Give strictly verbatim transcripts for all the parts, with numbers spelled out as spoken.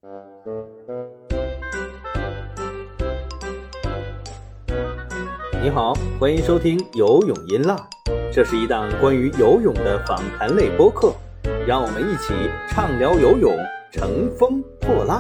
你好，欢迎收听游泳音浪，这是一档关于游泳的访谈类播客，让我们一起畅聊游泳，乘风破浪。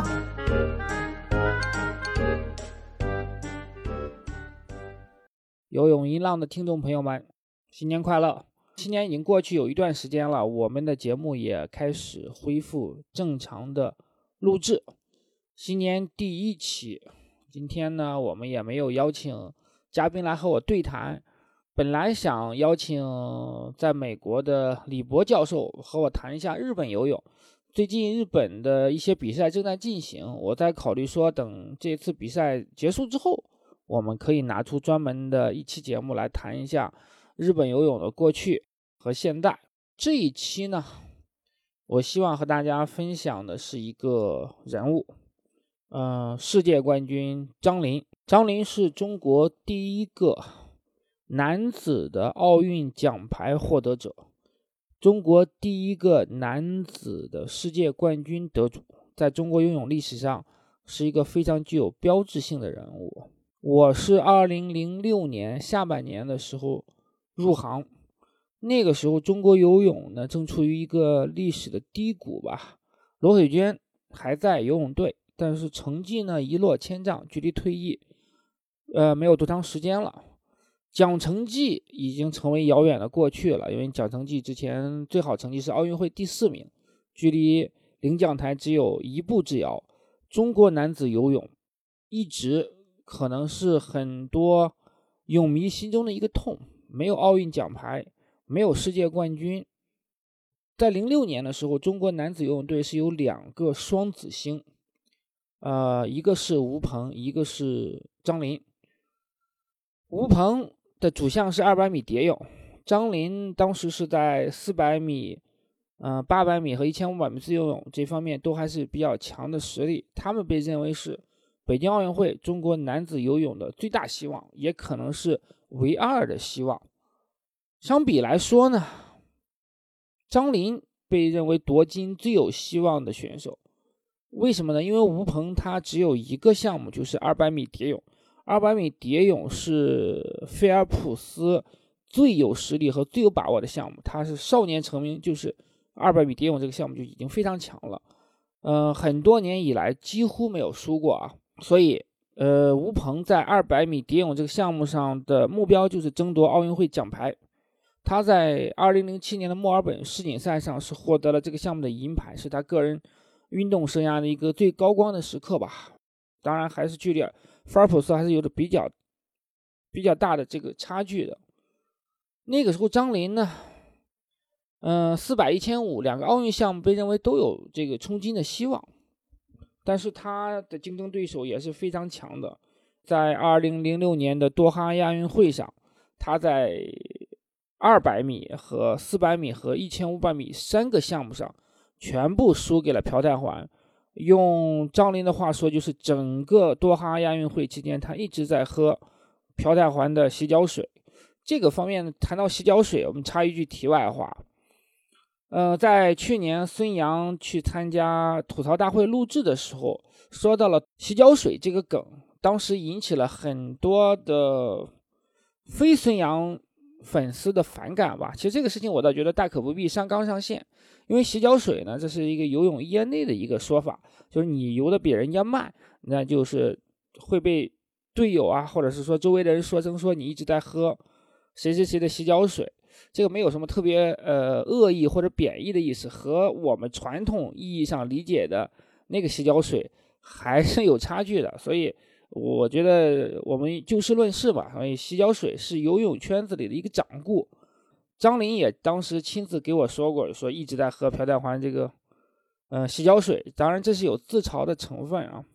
游泳音浪的听众朋友们，新年快乐！新年已经过去有一段时间了，我们的节目也开始恢复正常的录制。新年第一期，今天呢，我们也没有邀请嘉宾来和我对谈。本来想邀请在美国的李博教授和我谈一下日本游泳。最近日本的一些比赛正在进行，我在考虑说，等这次比赛结束之后，我们可以拿出专门的一期节目来谈一下日本游泳的过去和现在。这一期呢，我希望和大家分享的是一个人物，呃，世界冠军张琳。张琳是中国第一个男子的奥运奖牌获得者，中国第一个男子的世界冠军得主，在中国游泳历史上是一个非常具有标志性的人物。我是二零零六年下半年的时候入行，那个时候中国游泳呢正处于一个历史的低谷吧。罗水娟还在游泳队，但是成绩呢一落千丈，距离退役呃没有多长时间了。蒋成绩已经成为遥远的过去了，因为蒋成绩之前最好成绩是奥运会第四名，距离领奖台只有一步之遥。中国男子游泳一直可能是很多泳迷心中的一个痛，没有奥运奖牌，没有世界冠军。在零六年的时候，中国男子游泳队是有两个双子星，呃，一个是吴鹏，一个是张琳。吴鹏的主项是二百米蝶泳，张琳当时是在四百米、呃八百米和一千五百米自由泳这方面都还是比较强的实力。他们被认为是北京奥运会中国男子游泳的最大希望，也可能是唯二的希望。相比来说呢，张琳被认为夺金最有希望的选手。为什么呢？因为吴鹏他只有一个项目，就是二百米蝶泳。二百米蝶泳是菲尔普斯最有实力和最有把握的项目，他是少年成名，就是二百米蝶泳这个项目就已经非常强了，呃，很多年以来几乎没有输过啊。所以，呃，吴鹏在二百米蝶泳这个项目上的目标就是争夺奥运会奖牌。他在二零零七年的墨尔本世锦赛上是获得了这个项目的银牌，是他个人运动生涯的一个最高光的时刻吧。当然，还是距离菲尔普斯还是有着比较比较大的这个差距的。那个时候，张琳呢，嗯、呃，四百、一千五两个奥运项目被认为都有这个冲金的希望，但是他的竞争对手也是非常强的。在二零零六年的多哈亚运会上，他在二百米和四百米和一千五百米三个项目上全部输给了朴泰桓。用张琳的话说，就是整个多哈亚运会期间，他一直在喝朴泰桓的洗脚水。这个方面谈到洗脚水，我们插一句题外话。呃，在去年孙杨去参加吐槽大会录制的时候，说到了洗脚水这个梗，当时引起了很多的非孙杨粉丝的反感吧。其实这个事情我倒觉得大可不必上纲上线，因为洗脚水呢，这是一个游泳业内的一个说法，就是你游的比人家慢，那就是会被队友啊，或者是说周围的人说成说你一直在喝谁谁谁的洗脚水。这个没有什么特别呃恶意或者贬义的意思，和我们传统意义上理解的那个洗脚水还是有差距的。所以我觉得我们就事论事吧，所以洗脚水是游泳圈子里的一个掌故。张琳也当时亲自给我说过，说一直在喝朴泰桓这个呃洗脚水，当然这是有自嘲的成分啊。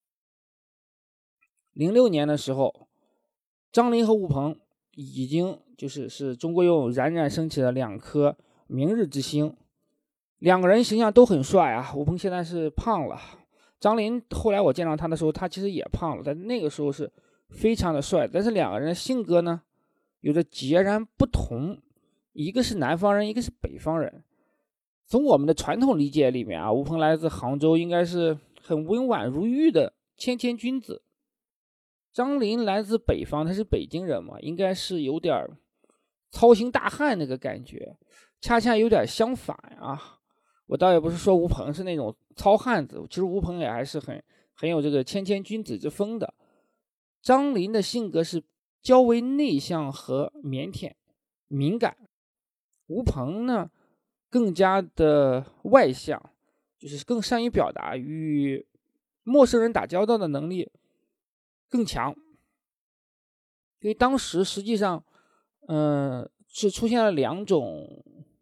零六年的时候，张琳和吴鹏已经就是是中国游泳冉冉升起的两颗明日之星，两个人形象都很帅啊。吴鹏现在是胖了，张琳后来我见到他的时候，他其实也胖了，但那个时候是非常的帅。但是两个人的性格呢，有着截然不同。一个是南方人，一个是北方人。从我们的传统理解里面啊，吴鹏来自杭州，应该是很温婉如玉的谦谦君子。张琳来自北方，他是北京人嘛，应该是有点操心大汉那个感觉，恰恰有点相反啊。我倒也不是说吴鹏是那种糙汉子，其实吴鹏也还是很很有这个谦谦君子之风的。张琳的性格是较为内向和腼腆敏感，吴鹏呢更加的外向，就是更善于表达，与陌生人打交道的能力更强。因为当时实际上嗯、呃，是出现了两种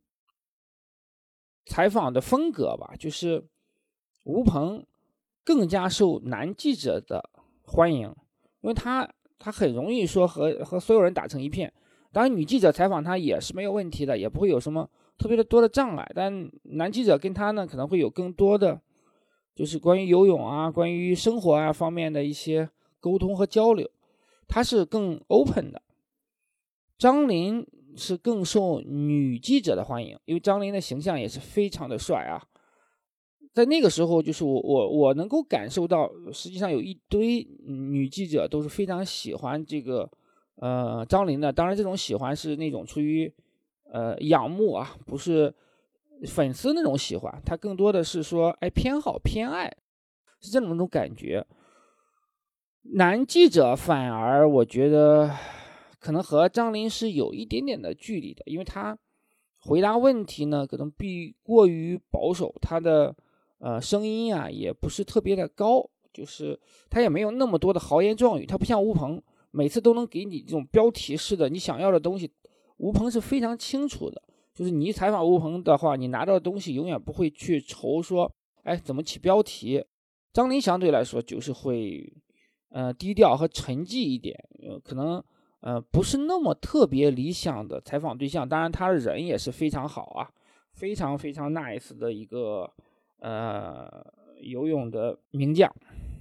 采访的风格吧，就是吴鹏更加受男记者的欢迎，因为他他很容易说和和所有人打成一片。当然女记者采访他也是没有问题的，也不会有什么特别的多的障碍，但男记者跟他呢可能会有更多的就是关于游泳啊关于生活啊方面的一些沟通和交流，他是更 open 的。张琳是更受女记者的欢迎，因为张琳的形象也是非常的帅啊。在那个时候就是我我我能够感受到，实际上有一堆女记者都是非常喜欢这个呃张琳的。当然这种喜欢是那种出于呃仰慕啊，不是粉丝那种喜欢，他更多的是说哎偏好偏爱，是这种种感觉。男记者反而我觉得可能和张琳是有一点点的距离的，因为他回答问题呢可能必过于保守，他的呃声音啊也不是特别的高，就是他也没有那么多的豪言壮语，他不像吴鹏每次都能给你这种标题式的你想要的东西。吴鹏是非常清楚的，就是你一采访吴鹏的话，你拿到的东西永远不会去愁说哎怎么起标题。张琳相对来说就是会呃低调和沉寂一点，呃可能呃不是那么特别理想的采访对象。当然他的人也是非常好啊，非常非常 nice 的一个呃游泳的名将。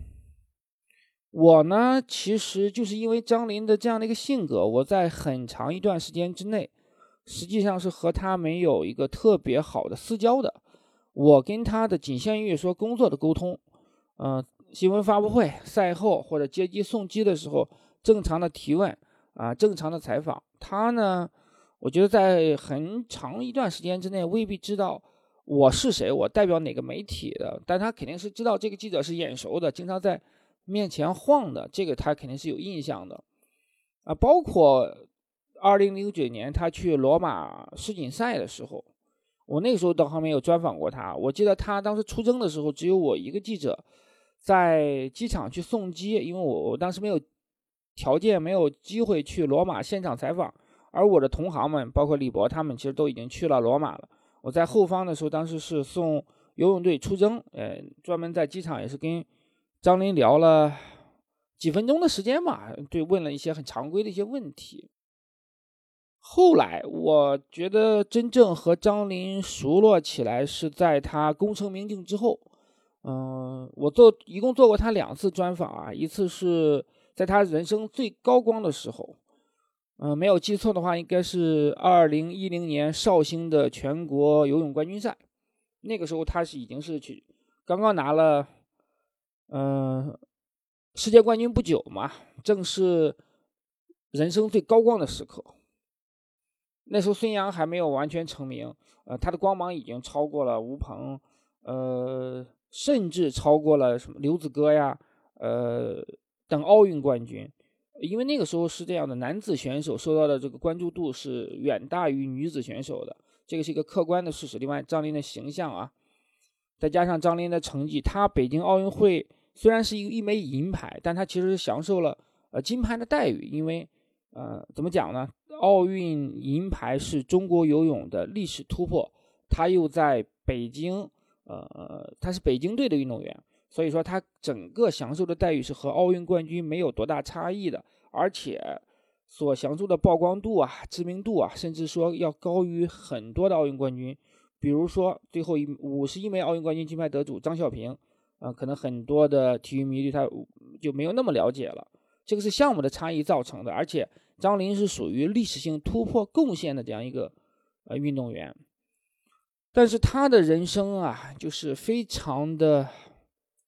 我呢其实就是因为张琳的这样的一个性格，我在很长一段时间之内实际上是和他没有一个特别好的私交的。我跟他的仅限于说工作的沟通，呃新闻发布会赛后或者接机送机的时候正常的提问啊，正常的采访。他呢我觉得在很长一段时间之内未必知道我是谁，我代表哪个媒体的，但他肯定是知道这个记者是眼熟的，经常在面前晃的，这个他肯定是有印象的啊。包括二零零九年他去罗马世锦赛的时候，我那个时候倒还没有专访过他。我记得他当时出征的时候只有我一个记者在机场去送机，因为我我当时没有条件没有机会去罗马现场采访，而我的同行们包括李博他们其实都已经去了罗马了。我在后方的时候当时是送游泳队出征，呃，专门在机场也是跟张琳聊了几分钟的时间嘛，对，问了一些很常规的一些问题。后来我觉得真正和张琳熟络起来是在他功成名就之后。嗯、呃，我做一共做过他两次专访啊，一次是在他人生最高光的时候，嗯、呃，没有记错的话应该是二零一零年绍兴的全国游泳冠军赛。那个时候他是已经是去刚刚拿了嗯、呃，世界冠军不久嘛，正是人生最高光的时刻。那时候孙杨还没有完全成名，呃，他的光芒已经超过了吴鹏，呃，甚至超过了什么刘子歌呀，呃，等奥运冠军。因为那个时候是这样的，男子选手受到的这个关注度是远大于女子选手的，这个是一个客观的事实。另外，张琳的形象啊，再加上张琳的成绩，他北京奥运会虽然是一一枚银牌，但他其实享受了呃金牌的待遇，因为呃怎么讲呢？奥运银牌是中国游泳的历史突破，他又在北京，呃，他是北京队的运动员，所以说他整个享受的待遇是和奥运冠军没有多大差异的，而且所享受的曝光度啊、知名度啊，甚至说要高于很多的奥运冠军。比如说最后一五十一枚奥运冠军金牌得主张晓平，啊、呃，可能很多的体育迷对他就没有那么了解了。这个是项目的差异造成的，而且张琳是属于历史性突破贡献的这样一个呃运动员，但是他的人生啊，就是非常的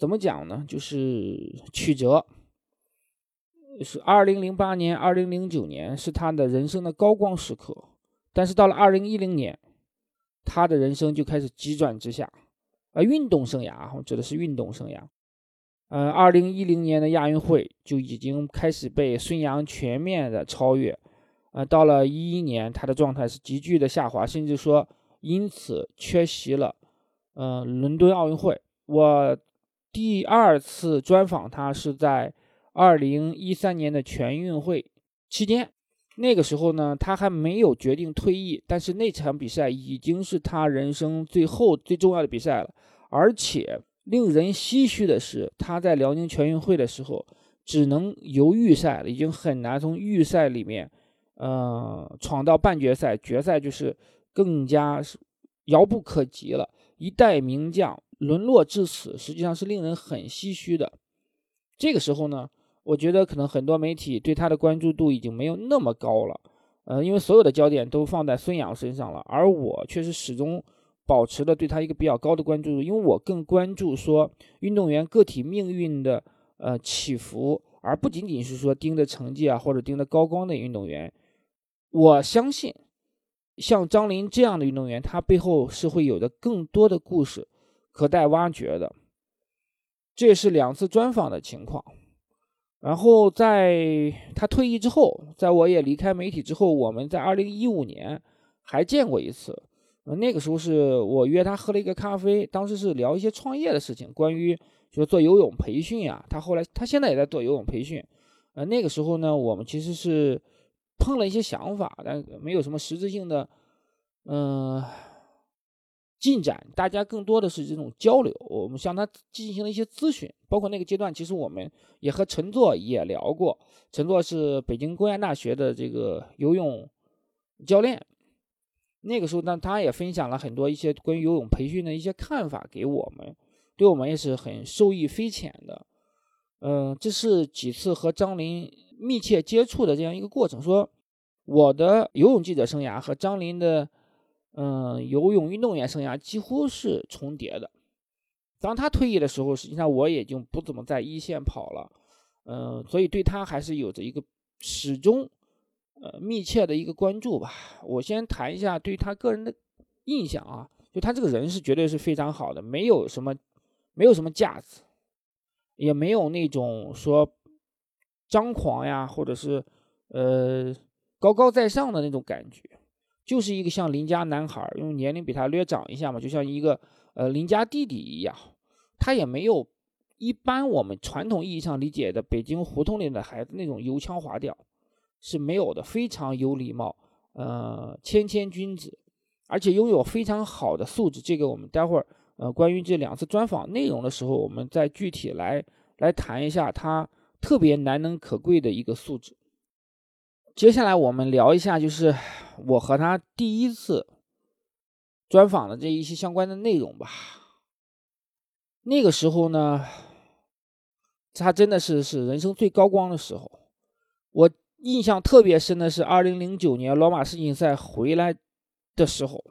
怎么讲呢？就是曲折。是二零零八年、二零零九年是他的人生的高光时刻，但是到了二零一零年，他的人生就开始急转直下。呃，运动生涯，我指的是运动生涯。呃，二零一零年的亚运会就已经开始被孙杨全面的超越。呃，到了一一年，他的状态是急剧的下滑，甚至说因此缺席了呃伦敦奥运会。我第二次专访他是在二零一三年的全运会期间，那个时候呢，他还没有决定退役，但是那场比赛已经是他人生最后最重要的比赛了。而且令人唏嘘的是，他在辽宁全运会的时候只能游预赛了，已经很难从预赛里面呃闯到半决赛，决赛就是更加遥不可及了。一代名将沦落至此，实际上是令人很唏嘘的。这个时候呢，我觉得可能很多媒体对他的关注度已经没有那么高了，呃，因为所有的焦点都放在孙杨身上了，而我却是始终保持了对他一个比较高的关注度，因为我更关注说运动员个体命运的呃起伏，而不仅仅是说盯着成绩啊或者盯着高光的运动员。我相信像张琳这样的运动员，他背后是会有着更多的故事可待挖掘的。这也是两次专访的情况。然后在他退役之后，在我也离开媒体之后，我们在二零一五年还见过一次。那个时候是我约他喝了一个咖啡，当时是聊一些创业的事情，关于就是做游泳培训啊，他后来他现在也在做游泳培训。呃，那个时候呢，我们其实是碰了一些想法，但没有什么实质性的嗯、呃、进展，大家更多的是这种交流。我们向他进行了一些咨询，包括那个阶段，其实我们也和陈作也聊过。陈作是北京工业大学的这个游泳教练。那个时候呢，他也分享了很多一些关于游泳培训的一些看法给我们，对我们也是很受益匪浅的。嗯、呃，这是几次和张琳密切接触的这样一个过程。说我的游泳记者生涯和张琳的嗯、呃、游泳运动员生涯几乎是重叠的。当他退役的时候，实际上我也已经不怎么在一线跑了，嗯、呃，所以对他还是有着一个始终呃，密切的一个关注吧。我先谈一下对他个人的印象啊，就他这个人是绝对是非常好的，没有什么没有什么架子，也没有那种说张狂呀，或者是呃高高在上的那种感觉，就是一个像邻家男孩，因为年龄比他略长一下嘛，就像一个呃邻家弟弟一样。他也没有一般我们传统意义上理解的北京胡同里的孩子那种油腔滑调。是没有的，非常有礼貌，呃，谦谦君子，而且拥有非常好的素质。这个我们待会儿呃关于这两次专访内容的时候，我们再具体来来谈一下他特别难能可贵的一个素质。接下来我们聊一下，就是我和他第一次专访的这一些相关的内容吧。那个时候呢，他真的是是人生最高光的时候。我印象特别深的是二零零九年罗马世锦赛回来的时候，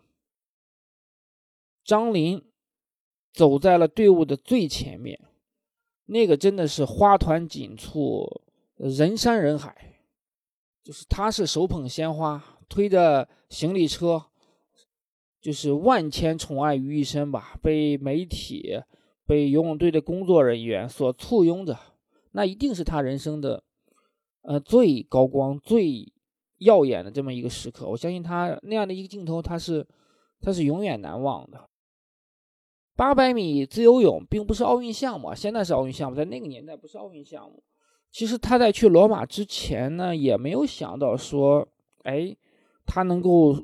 张琳走在了队伍的最前面，那个真的是花团锦簇，人山人海。就是他是手捧鲜花，推着行李车，就是万千宠爱于一身吧，被媒体被游泳队的工作人员所簇拥着，那一定是他人生的呃，最高光、最耀眼的这么一个时刻。我相信他那样的一个镜头，他是他是永远难忘的。八百米自由泳并不是奥运项目，现在是奥运项目，在那个年代不是奥运项目。其实他在去罗马之前呢，也没有想到说，哎，他能够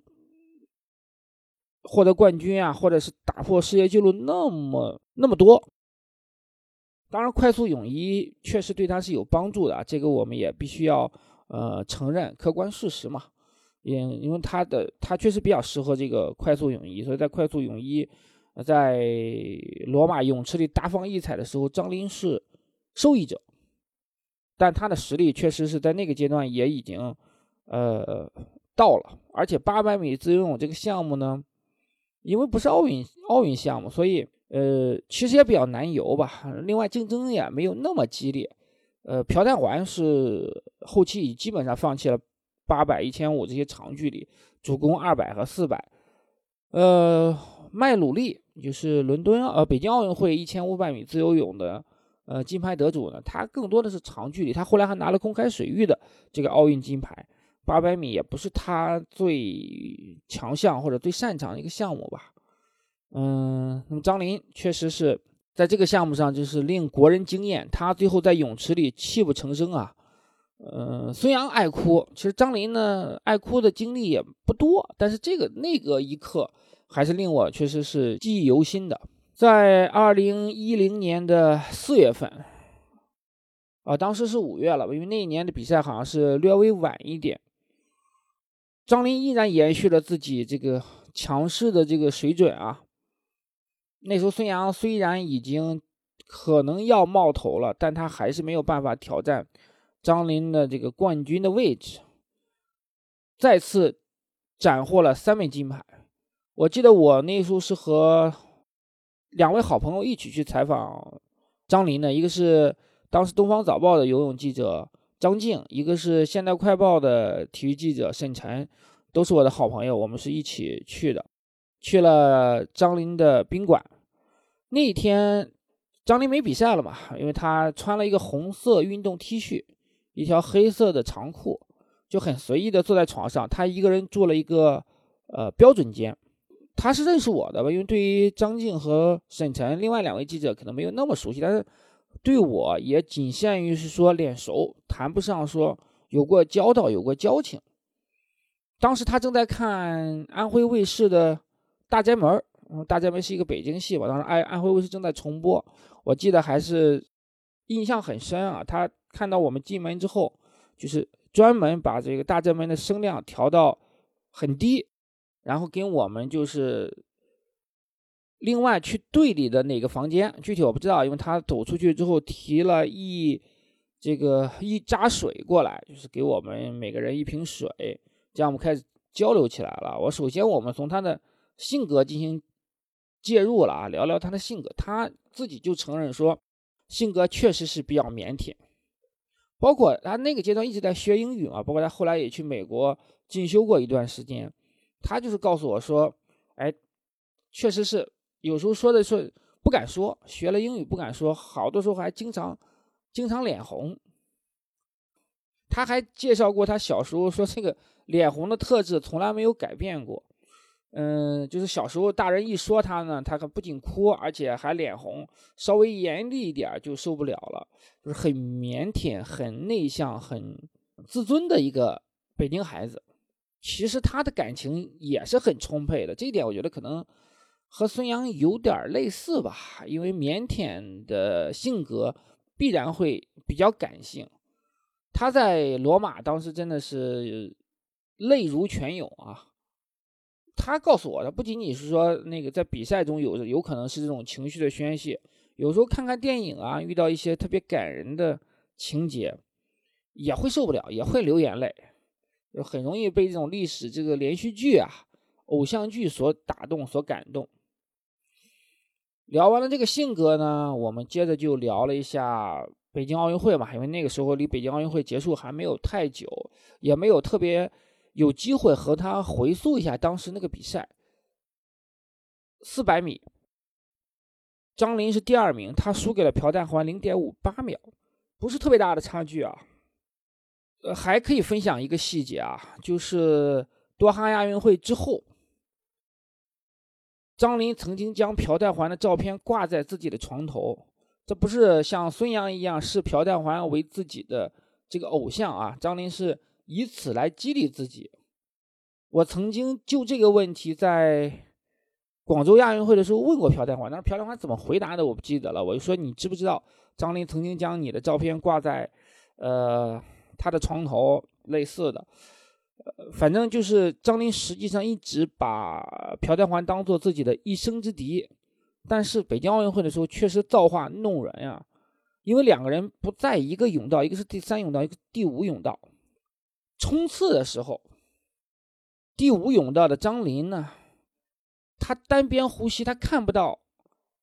获得冠军啊，或者是打破世界纪录那么那么多。当然，快速泳衣确实对他是有帮助的，这个我们也必须要呃承认客观事实嘛。因因为他的他确实比较适合这个快速泳衣，所以在快速泳衣在罗马泳池里大放异彩的时候，张琳是受益者，但他的实力确实是在那个阶段也已经呃到了。而且八百米自由泳这个项目呢，因为不是奥运奥运项目，所以呃，其实也比较难游吧。另外竞争也没有那么激烈。呃，朴泰桓是后期已基本上放弃了八百、一千五这些长距离，主攻二百和四百。呃，麦鲁利就是伦敦呃北京奥运会一千五百米自由泳的呃金牌得主呢，他更多的是长距离，他后来还拿了公开水域的这个奥运金牌。八百米也不是他最强项或者最擅长的一个项目吧。嗯，那么张琳确实是在这个项目上就是令国人惊艳，他最后在泳池里泣不成声啊。呃，孙杨爱哭，其实张琳呢爱哭的经历也不多，但是这个那个一刻还是令我确实是记忆犹新的。在二零一零年的四月份啊，当时是五月了，因为那一年的比赛好像是略微晚一点。张琳依然延续了自己这个强势的这个水准啊。那时候孙杨虽然已经可能要冒头了，但他还是没有办法挑战张琳的这个冠军的位置，再次斩获了三枚金牌。我记得我那时候是和两位好朋友一起去采访张琳的，一个是当时东方早报的游泳记者张静，一个是现代快报的体育记者沈晨，都是我的好朋友，我们是一起去的，去了张琳的宾馆。那一天张琳没比赛了嘛，因为他穿了一个红色运动 T 恤，一条黑色的长裤，就很随意的坐在床上，他一个人住了一个呃标准间。他是认识我的吧，因为对于张静和沈晨另外两位记者可能没有那么熟悉，但是对我也仅限于是说脸熟，谈不上说有过交道有过交情。当时他正在看安徽卫视的大宅门，大宅门是一个北京戏嘛，当时安安徽卫视正在重播，我记得还是印象很深啊。他看到我们进门之后，就是专门把这个大宅门的声量调到很低，然后跟我们就是另外去队里的哪个房间，具体我不知道，因为他走出去之后提了一这个一扎水过来，就是给我们每个人一瓶水，这样我们开始交流起来了。我首先我们从他的性格进行介入了啊，聊聊他的性格。他自己就承认说，性格确实是比较腼腆，包括他那个阶段一直在学英语嘛，包括他后来也去美国进修过一段时间。他就是告诉我说，哎，确实是有时候说的说不敢说，学了英语不敢说，好多时候还经常经常脸红。他还介绍过他小时候说这个脸红的特质从来没有改变过。嗯，就是小时候大人一说他呢，他不仅哭，而且还脸红，稍微严厉一点就受不了了。就是很腼腆、很内向、很自尊的一个北京孩子。其实他的感情也是很充沛的，这一点我觉得可能和孙杨有点类似吧，因为腼腆的性格必然会比较感性。他在罗马当时真的是泪如泉涌啊。他告诉我的不仅仅是说那个在比赛中有有可能是这种情绪的宣泄，有时候看看电影啊，遇到一些特别感人的情节也会受不了，也会流眼泪，就很容易被这种历史这个连续剧啊、偶像剧所打动、所感动。聊完了这个性格呢，我们接着就聊了一下北京奥运会嘛，因为那个时候离北京奥运会结束还没有太久，也没有特别有机会和他回溯一下当时那个比赛。四百米，张琳是第二名，他输给了朴泰桓 零点五八秒，不是特别大的差距啊。呃，还可以分享一个细节啊，就是多哈亚运会之后，张琳曾经将朴泰桓的照片挂在自己的床头，这不是像孙杨一样视朴泰桓为自己的这个偶像啊，张琳是以此来激励自己。我曾经就这个问题在广州亚运会的时候问过朴泰桓，但是朴泰桓怎么回答的我不记得了。我就说你知不知道张琳曾经将你的照片挂在呃他的床头，类似的。呃，反正就是张琳实际上一直把朴泰桓当做自己的一生之敌，但是北京奥运会的时候确实造化弄人呀、啊，因为两个人不在一个甬道，一个是第三甬道，一个第五甬道。冲刺的时候，第五甬道的张琳呢，他单边呼吸，他看不到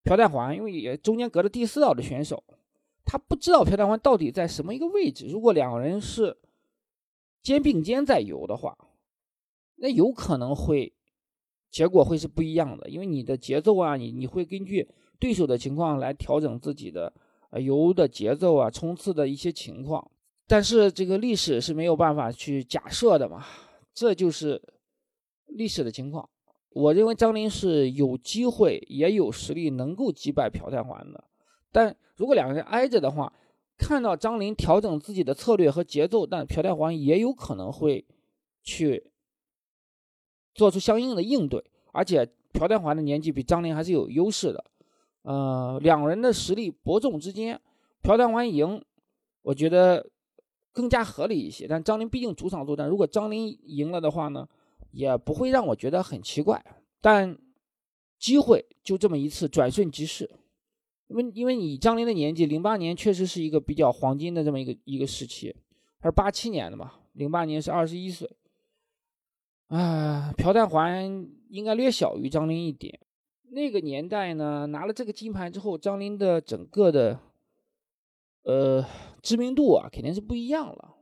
朴泰桓，因为也中间隔着第四道的选手，他不知道朴泰桓到底在什么一个位置。如果两个人是肩并肩在游的话，那有可能会结果会是不一样的，因为你的节奏啊，你你会根据对手的情况来调整自己的呃游的节奏啊，冲刺的一些情况。但是这个历史是没有办法去假设的嘛，这就是历史的情况。我认为张琳是有机会也有实力能够击败朴泰桓的，但如果两个人挨着的话，看到张琳调整自己的策略和节奏，但朴泰桓也有可能会去做出相应的应对，而且朴泰桓的年纪比张琳还是有优势的。呃，两人的实力伯仲之间，朴泰桓赢，我觉得更加合理一些。但张琳毕竟主场作战，如果张琳赢了的话呢，也不会让我觉得很奇怪。但机会就这么一次，转瞬即逝。因为因为你张琳的年纪，零八年确实是一个比较黄金的这么一个一个时期，他是八七年的嘛，零八年是二十一岁。啊，朴泰桓应该略小于张琳一点。那个年代呢，拿了这个金牌之后，张琳的整个的呃知名度啊，肯定是不一样了。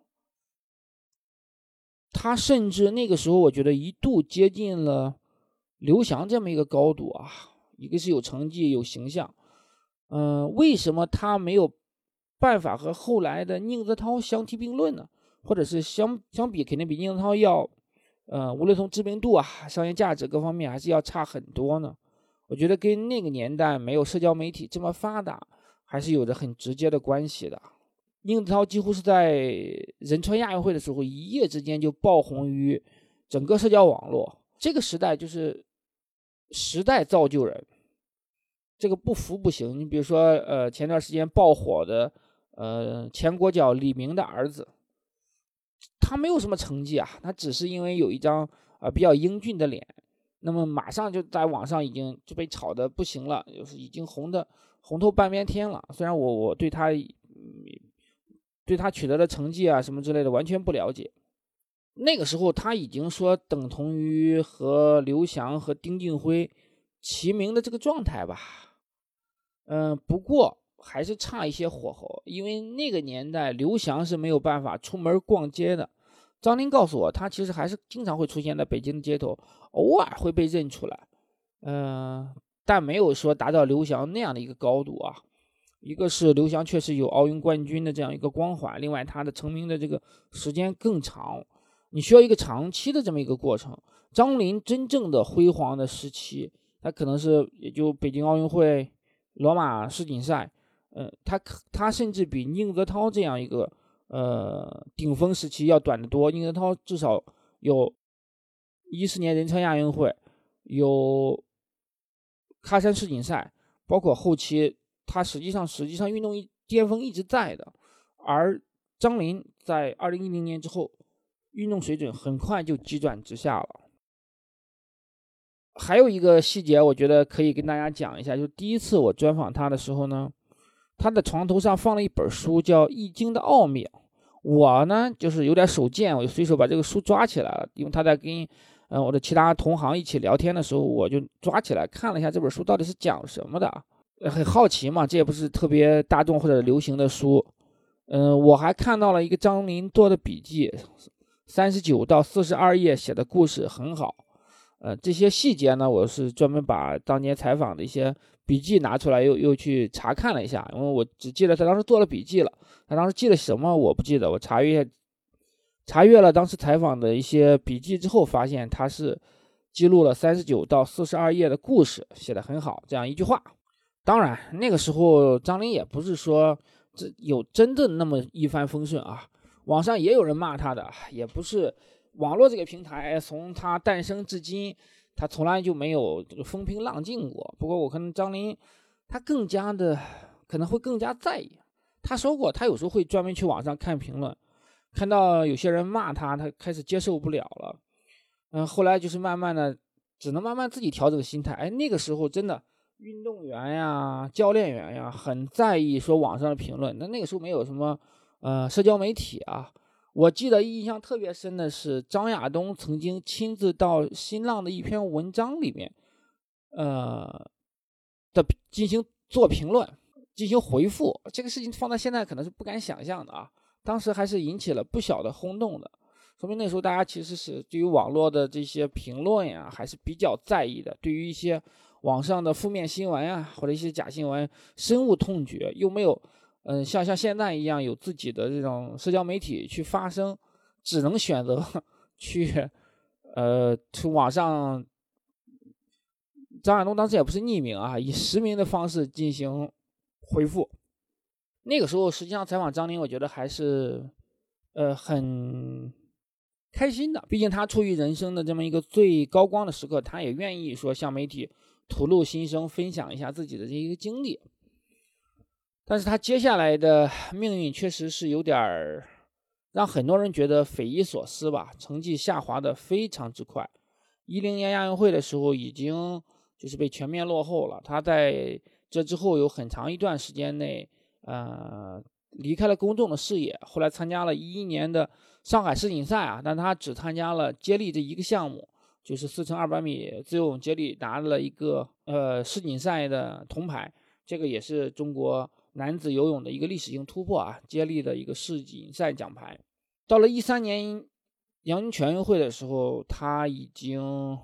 他甚至那个时候，我觉得一度接近了刘翔这么一个高度啊。一个是有成绩有形象，嗯、呃，为什么他没有办法和后来的宁泽涛相提并论呢？或者是相相比，肯定比宁泽涛要，呃，无论从知名度啊、商业价值各方面，还是要差很多呢。我觉得跟那个年代没有社交媒体这么发达，还是有着很直接的关系的。宁泽涛几乎是在仁川亚运会的时候，一夜之间就爆红于整个社交网络。这个时代就是时代造就人，这个不服不行。你比如说，呃，前段时间爆火的，呃，前国脚李明的儿子，他没有什么成绩啊，他只是因为有一张呃比较英俊的脸，那么马上就在网上已经就被炒得不行了，就是已经红的红透半边天了。虽然我我对他、嗯、对他取得的成绩啊什么之类的完全不了解。那个时候他已经说等同于和刘翔和丁俊晖齐名的这个状态吧。嗯、呃，不过还是差一些火候，因为那个年代刘翔是没有办法出门逛街的。张琳告诉我，他其实还是经常会出现在北京的街头，偶尔会被认出来，嗯、呃，但没有说达到刘翔那样的一个高度啊。一个是刘翔确实有奥运冠军的这样一个光环，另外他的成名的这个时间更长，你需要一个长期的这么一个过程。张琳真正的辉煌的时期，他可能是也就北京奥运会、罗马世锦赛，呃，他他甚至比宁泽涛这样一个呃顶峰时期要短得多。宁泽涛至少有一四年仁川亚运会，有喀山世锦赛，包括后期他实际上实际上运动巅峰一直在的。而张琳在二零一零年之后，运动水准很快就急转直下了。还有一个细节我觉得可以跟大家讲一下，就是第一次我专访他的时候呢，他的床头上放了一本书叫《易经的奥妙》。我呢就是有点手贱，我就随手把这个书抓起来了，因为他在跟呃我的其他同行一起聊天的时候，我就抓起来看了一下这本书到底是讲什么的，呃、很好奇嘛，这也不是特别大众或者流行的书。嗯、呃，我还看到了一个张琳做的笔记，三十九到四十二页写的故事很好。呃，这些细节呢，我是专门把当年采访的一些笔记拿出来又又去查看了一下，因为我只记得他当时做了笔记了，他当时记了什么我不记得。我查阅查阅了当时采访的一些笔记之后，发现他是记录了三十九到四十二页的故事，写得很好，这样一句话。当然那个时候张琳也不是说这有真正那么一帆风顺啊，网上也有人骂他的，也不是网络这个平台从它诞生至今，它从来就没有这个风平浪静过。不过我可能张琳他更加的可能会更加在意。他说过，他有时候会专门去网上看评论，看到有些人骂他，他开始接受不了了。嗯，后来就是慢慢的，只能慢慢自己调整心态。哎，那个时候真的运动员呀、教练员呀，很在意说网上的评论。那那个时候没有什么呃社交媒体啊。我记得印象特别深的是张亚东曾经亲自到新浪的一篇文章里面，呃， 的进行做评论，进行回复，这个事情放到现在可能是不敢想象的啊，当时还是引起了不小的轰动的，说明那时候大家其实是对于网络的这些评论呀还是比较在意的，对于一些网上的负面新闻啊或者一些假新闻深恶痛绝，又没有嗯像像现在一样有自己的这种社交媒体去发声，只能选择去呃去网上，张亚东当时也不是匿名啊，以实名的方式进行回复。那个时候实际上采访张琳，我觉得还是呃很开心的，毕竟他处于人生的这么一个最高光的时刻，他也愿意说向媒体吐露心声，分享一下自己的这一个经历。但是他接下来的命运确实是有点让很多人觉得匪夷所思吧，成绩下滑的非常之快。一零年亚运会的时候已经就是被全面落后了，他在这之后有很长一段时间内呃离开了公众的视野，后来参加了一一年的上海世锦赛啊，但他只参加了接力这一个项目，就是四乘二百米自由泳接力，拿了一个呃世锦赛的铜牌，这个也是中国男子游泳的一个历史性突破啊，接力的一个世锦赛奖牌。到了一三年阳明全运会的时候，他已经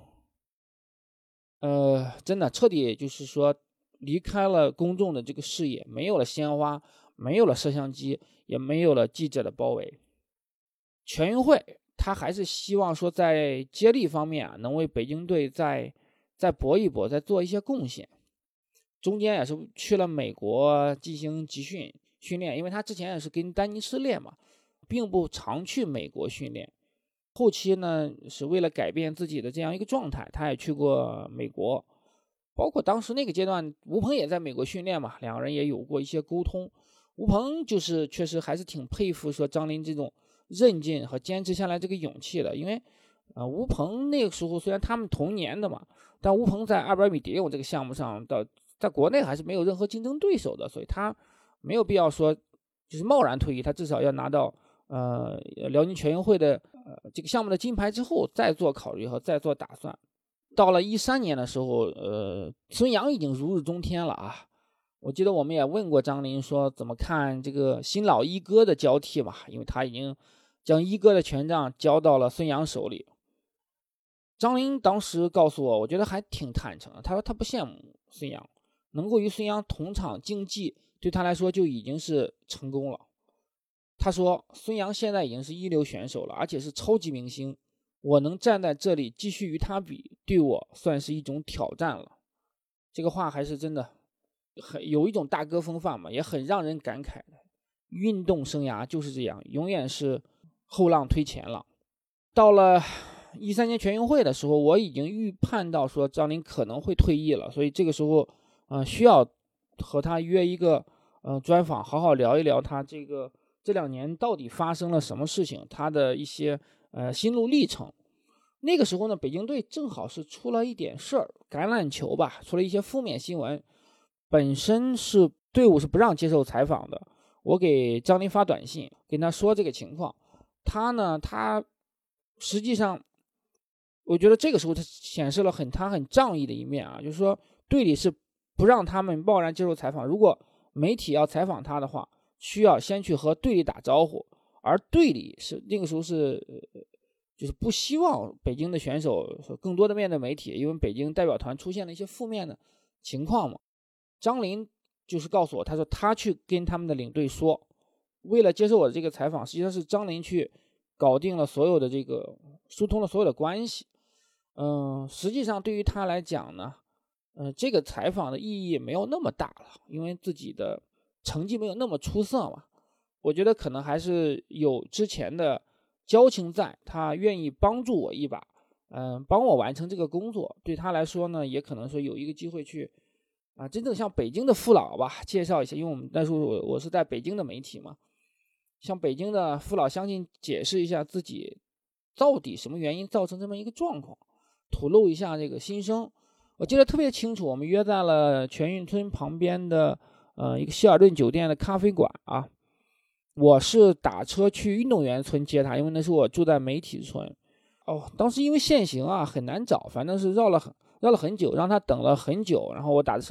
呃真的彻底就是说离开了公众的这个视野，没有了鲜花，没有了摄像机，也没有了记者的包围。全运会他还是希望说在接力方面啊，能为北京队再再搏一搏，再做一些贡献。中间也是去了美国进行集训训练，因为他之前也是跟丹尼斯练嘛，并不常去美国训练。后期呢，是为了改变自己的这样一个状态，他也去过美国，包括当时那个阶段，吴鹏也在美国训练嘛，两个人也有过一些沟通。吴鹏就是确实还是挺佩服说张琳这种韧劲和坚持下来这个勇气的，因为呃，吴鹏那个时候虽然他们同年的嘛，但吴鹏在二百米蝶泳这个项目上的在国内还是没有任何竞争对手的，所以他没有必要说就是贸然退役，他至少要拿到呃辽宁全运会的呃这个项目的金牌之后再做考虑和再做打算。到了一三年的时候，呃，孙杨已经如日中天了啊。我记得我们也问过张琳说怎么看这个新老一哥的交替嘛，因为他已经将一哥的权杖交到了孙杨手里。张琳当时告诉我，我觉得还挺坦诚的，他说他不羡慕孙杨，能够与孙杨同场竞技对他来说就已经是成功了。他说孙杨现在已经是一流选手了，而且是超级明星，我能站在这里继续与他比，对我算是一种挑战了。这个话还是真的很有一种大哥风范嘛，也很让人感慨的。运动生涯就是这样，永远是后浪推前浪。到了一三年全运会的时候，我已经预判到说张琳可能会退役了，所以这个时候呃需要和他约一个呃专访，好好聊一聊他这个这两年到底发生了什么事情，他的一些呃心路历程。那个时候呢，北京队正好是出了一点事儿，橄榄球吧，出了一些负面新闻，本身是队伍是不让接受采访的。我给张琳发短信跟他说这个情况，他呢，他实际上我觉得这个时候他显示了很他很仗义的一面啊，就是说队里是不让他们贸然接受采访，如果媒体要采访他的话，需要先去和队里打招呼，而队里是那个时候是就是不希望北京的选手更多的面对媒体，因为北京代表团出现了一些负面的情况嘛。张琳就是告诉我，他说他去跟他们的领队说，为了接受我的这个采访，实际上是张琳去搞定了所有的这个疏通了所有的关系。嗯，实际上对于他来讲呢，呃，这个采访的意义没有那么大了，因为自己的成绩没有那么出色嘛。我觉得可能还是有之前的交情在，他愿意帮助我一把，嗯、呃，帮我完成这个工作。对他来说呢，也可能说有一个机会去啊，真正向北京的父老吧介绍一下，因为我们那时候我我是在北京的媒体嘛，向北京的父老乡亲解释一下自己到底什么原因造成这么一个状况，吐露一下这个心声。我记得特别清楚，我们约在了全运村旁边的呃一个希尔顿酒店的咖啡馆啊。我是打车去运动员村接他，因为那时候我住在媒体村。哦，当时因为限行啊很难找，反正是绕了很绕了很久，让他等了很久，然后我打车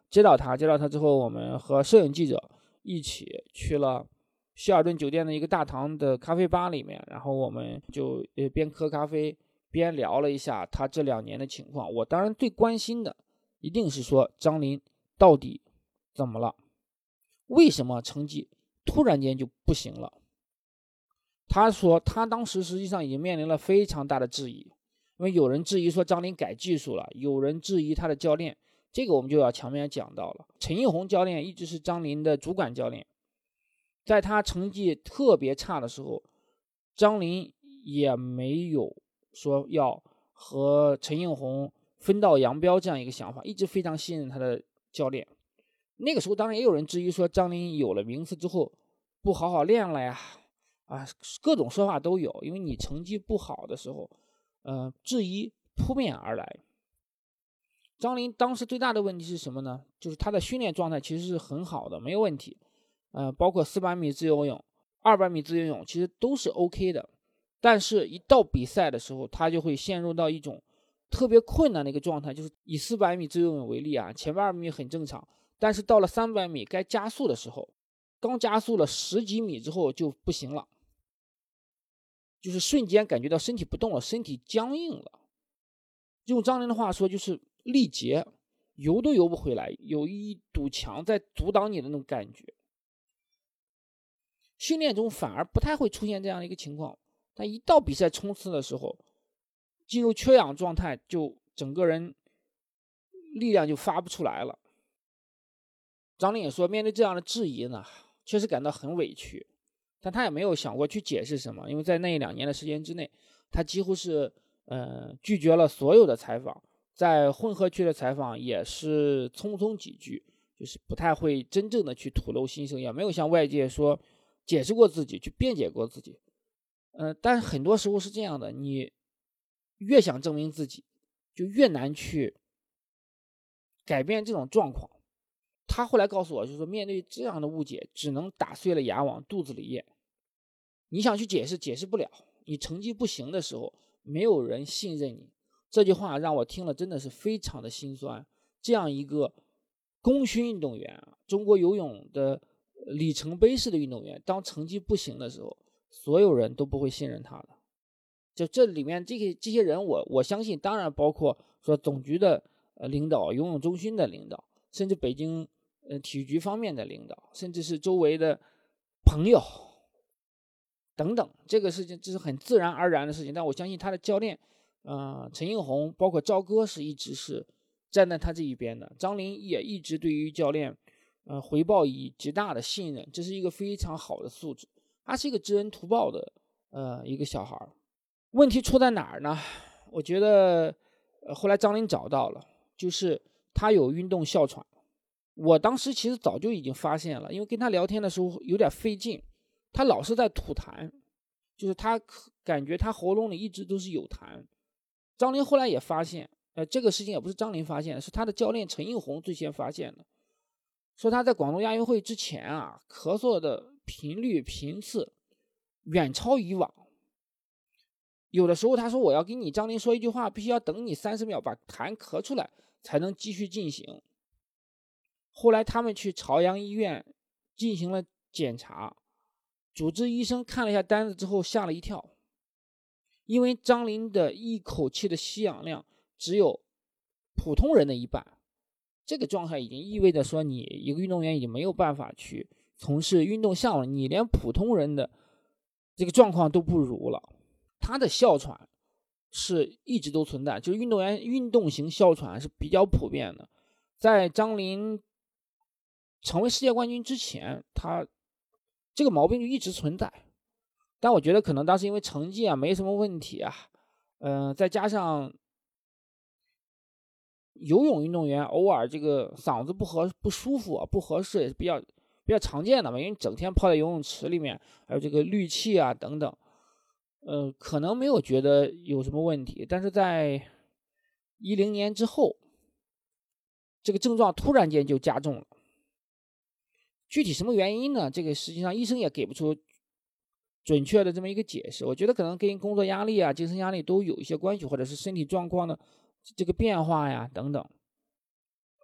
接到他，接到他之后，我们和摄影记者一起去了希尔顿酒店的一个大堂的咖啡吧里面，然后我们就呃边喝咖啡边聊了一下他这两年的情况。我当然最关心的一定是说张琳到底怎么了，为什么成绩突然间就不行了。他说他当时实际上已经面临了非常大的质疑，因为有人质疑说张琳改技术了，有人质疑他的教练，这个我们就要前面讲到了。陈映红教练一直是张琳的主管教练，在他成绩特别差的时候，张琳也没有说要和陈映红分道扬镳这样一个想法，一直非常信任他的教练。那个时候当然也有人质疑说张琳有了名次之后不好好练了呀，啊，各种说法都有，因为你成绩不好的时候，呃，质疑扑面而来。张琳当时最大的问题是什么呢？就是他的训练状态其实是很好的，没有问题，呃，包括四百米自由泳、二百米自由泳其实都是 OK 的，但是一到比赛的时候，他就会陷入到一种特别困难的一个状态，就是以四百米自由泳为例啊，前面二百米很正常，但是到了三百米该加速的时候，刚加速了十几米之后就不行了，就是瞬间感觉到身体不动了，身体僵硬了。用张琳的话说就是力竭，游都游不回来，有一堵墙在阻挡你的那种感觉。训练中反而不太会出现这样的一个情况，但一到比赛冲刺的时候，进入缺氧状态，就整个人力量就发不出来了。张琳也说，面对这样的质疑呢，确实感到很委屈，但他也没有想过去解释什么，因为在那两年的时间之内，他几乎是呃拒绝了所有的采访，在混合区的采访也是匆匆几句，就是不太会真正的去吐露心声，也没有向外界说解释过自己，去辩解过自己。呃，但是很多时候是这样的，你越想证明自己，就越难去改变这种状况。他后来告诉我，就是说面对这样的误解，只能打碎了牙往肚子里咽。你想去解释，解释不了。你成绩不行的时候，没有人信任你。这句话让我听了真的是非常的心酸。这样一个功勋运动员，中国游泳的里程碑式的运动员，当成绩不行的时候，所有人都不会信任他的。就这里面这些这些人我，我我相信，当然包括说总局的呃领导、游泳中心的领导，甚至北京呃体育局方面的领导，甚至是周围的朋友等等，这个事情这是很自然而然的事情。但我相信他的教练，呃，陈映红，包括赵哥是一直是站在他这一边的。张琳也一直对于教练，呃，回报以极大的信任，这是一个非常好的素质。他是一个知恩图报的呃一个小孩。问题出在哪儿呢？我觉得，呃，后来张琳找到了，就是他有运动哮喘。我当时其实早就已经发现了，因为跟他聊天的时候有点费劲，他老是在吐痰，就是他感觉他喉咙里一直都是有痰。张琳后来也发现，呃，这个事情也不是张琳发现的，是他的教练陈映红最先发现的，说他在广东亚运会之前啊，咳嗽的频率频次远超以往。有的时候他说，我要跟你张琳说一句话，必须要等你三十秒把痰咳出来才能继续进行。后来他们去朝阳医院进行了检查，主治医生看了一下单子之后吓了一跳，因为张琳的一口气的吸氧量只有普通人的一半。这个状态已经意味着说，你一个运动员已经没有办法去从事运动项目，你连普通人的这个状况都不如了。他的哮喘是一直都存在，就是运动员运动型哮喘是比较普遍的。在张琳成为世界冠军之前，他这个毛病就一直存在。但我觉得可能当时因为成绩啊没什么问题啊，嗯、呃，再加上游泳运动员偶尔这个嗓子不合不舒服啊不合适也是比较比较常见的嘛，因为你整天泡在游泳池里面，还有这个氯气啊等等。呃，可能没有觉得有什么问题，但是在一零年之后，这个症状突然间就加重了。具体什么原因呢？这个实际上医生也给不出准确的这么一个解释。我觉得可能跟工作压力啊、精神压力都有一些关系，或者是身体状况的这个变化呀等等。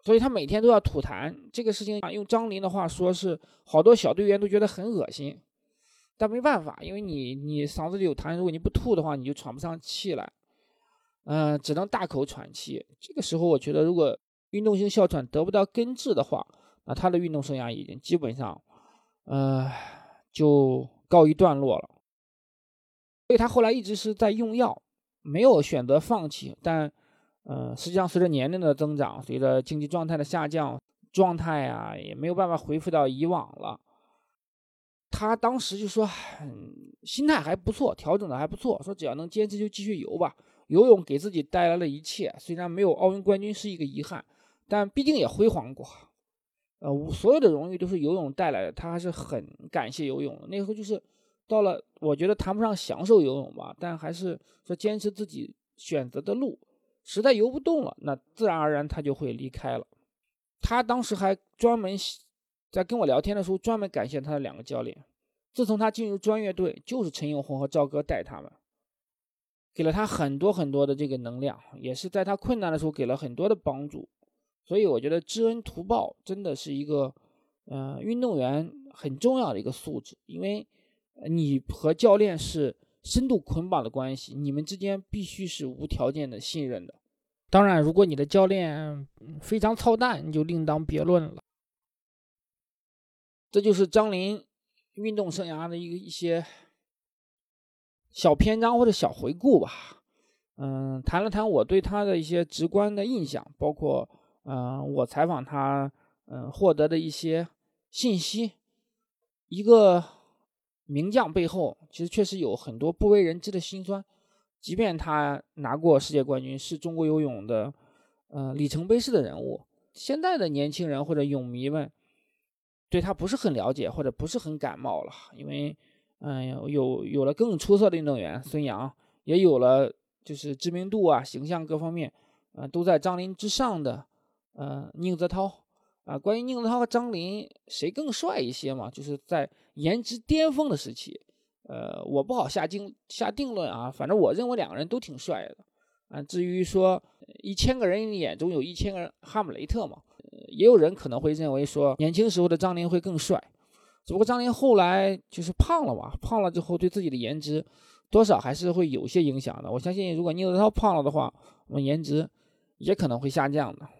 所以他每天都要吐痰。这个事情用张琳的话说是好多小队员都觉得很恶心，但没办法，因为你你嗓子里有痰，如果你不吐的话，你就喘不上气来，嗯、呃，只能大口喘气。这个时候我觉得，如果运动性哮喘得不到根治的话，那他的运动生涯已经基本上，呃，就告一段落了。所以他后来一直是在用药，没有选择放弃。但，呃，实际上随着年龄的增长，随着经济状态的下降，状态啊也没有办法恢复到以往了。他当时就说，嗯，心态还不错，调整的还不错，说只要能坚持就继续游吧。游泳给自己带来了一切，虽然没有奥运冠军是一个遗憾，但毕竟也辉煌过。呃，所有的荣誉都是游泳带来的，他还是很感谢游泳的。那时候就是到了，我觉得谈不上享受游泳吧，但还是说坚持自己选择的路，实在游不动了，那自然而然他就会离开了。他当时还专门在跟我聊天的时候专门感谢他的两个教练，自从他进入专业队，就是陈永红和赵哥带他们，给了他很多很多的这个能量，也是在他困难的时候给了很多的帮助。所以我觉得知恩图报真的是一个呃运动员很重要的一个素质，因为你和教练是深度捆绑的关系，你们之间必须是无条件的信任的。当然如果你的教练非常操蛋，你就另当别论了。这就是张琳运动生涯的一个一些小篇章或者小回顾吧。嗯，谈了谈我对他的一些直观的印象，包括嗯、呃，我采访他嗯、呃、获得的一些信息。一个名将背后其实确实有很多不为人知的辛酸，即便他拿过世界冠军，是中国游泳的呃里程碑式的人物，现在的年轻人或者泳迷们对他不是很了解，或者不是很感冒了，因为嗯、呃、有有了更出色的运动员孙杨，也有了就是知名度啊形象各方面呃都在张琳之上的呃宁泽涛啊。关于宁泽涛和张琳谁更帅一些嘛，就是在颜值巅峰的时期，呃我不好下定下定论啊，反正我认为两个人都挺帅的啊。至于说一千个人眼中有一千个人哈姆雷特嘛，也有人可能会认为说年轻时候的张琳会更帅，只不过张琳后来就是胖了嘛，胖了之后对自己的颜值多少还是会有些影响的。我相信如果宁泽涛胖了的话，我们颜值也可能会下降的。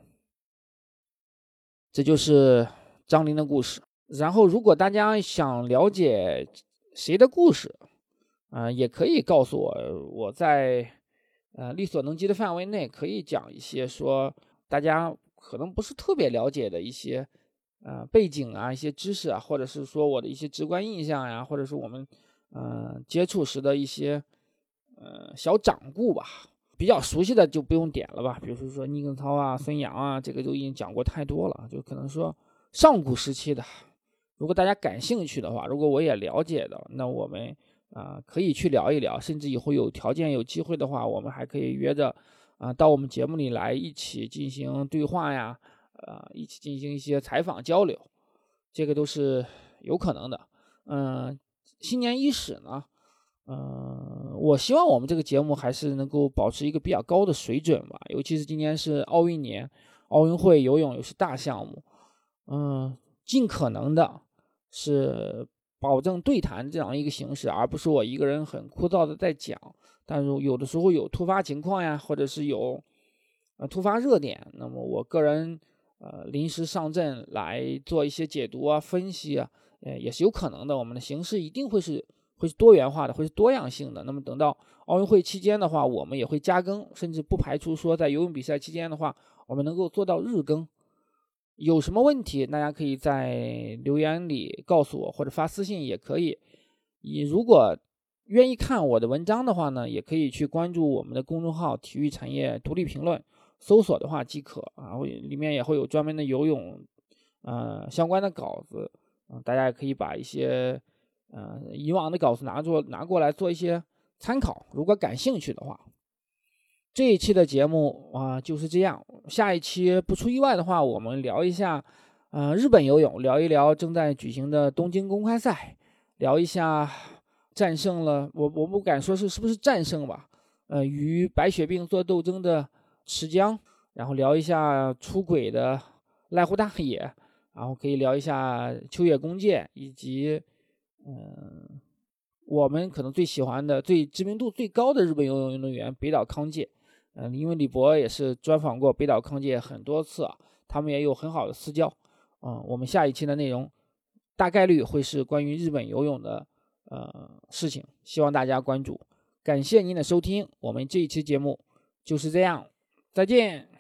这就是张琳的故事。然后如果大家想了解谁的故事啊、呃，也可以告诉我，我在呃力所能及的范围内可以讲一些说大家可能不是特别了解的一些呃背景啊，一些知识啊，或者是说我的一些直观印象呀，或者是我们呃接触时的一些呃小掌故吧。比较熟悉的就不用点了吧，比如说宁泽涛啊、孙杨啊，这个都已经讲过太多了，就可能说上古时期的，如果大家感兴趣的话，如果我也了解的，那我们啊、呃、可以去聊一聊，甚至以后有条件有机会的话，我们还可以约着啊、呃、到我们节目里来一起进行对话呀，呃一起进行一些采访交流，这个都是有可能的。嗯、呃，新年伊始呢，嗯、呃，我希望我们这个节目还是能够保持一个比较高的水准吧，尤其是今年是奥运年，奥运会游泳又是大项目，嗯，尽可能的是保证对谈这样一个形式，而不是我一个人很枯燥的在讲。但是有的时候有突发情况呀，或者是有呃突发热点，那么我个人呃临时上阵来做一些解读啊、分析啊，呃也是有可能的。我们的形式一定会是会是多元化的，会是多样性的。那么等到奥运会期间的话，我们也会加更，甚至不排除说在游泳比赛期间的话，我们能够做到日更。有什么问题，大家可以在留言里告诉我，或者发私信也可以。你如果愿意看我的文章的话呢，也可以去关注我们的公众号体育产业独立评论，搜索的话即可啊，里面也会有专门的游泳呃相关的稿子，呃、大家也可以把一些呃以往的稿子拿做拿过来做一些参考，如果感兴趣的话。这一期的节目啊、呃、就是这样，下一期不出意外的话，我们聊一下呃日本游泳，聊一聊正在举行的东京公开赛，聊一下战胜了我我不敢说是是不是战胜吧，呃与白血病做斗争的池江，然后聊一下出轨的濑户大野，然后可以聊一下秋野弓介，以及嗯，我们可能最喜欢的、最知名度最高的日本游泳运动员北岛康介。嗯，因为李博也是专访过北岛康介很多次啊，他们也有很好的私交。嗯，我们下一期的内容大概率会是关于日本游泳的呃事情，希望大家关注。感谢您的收听，我们这一期节目就是这样，再见。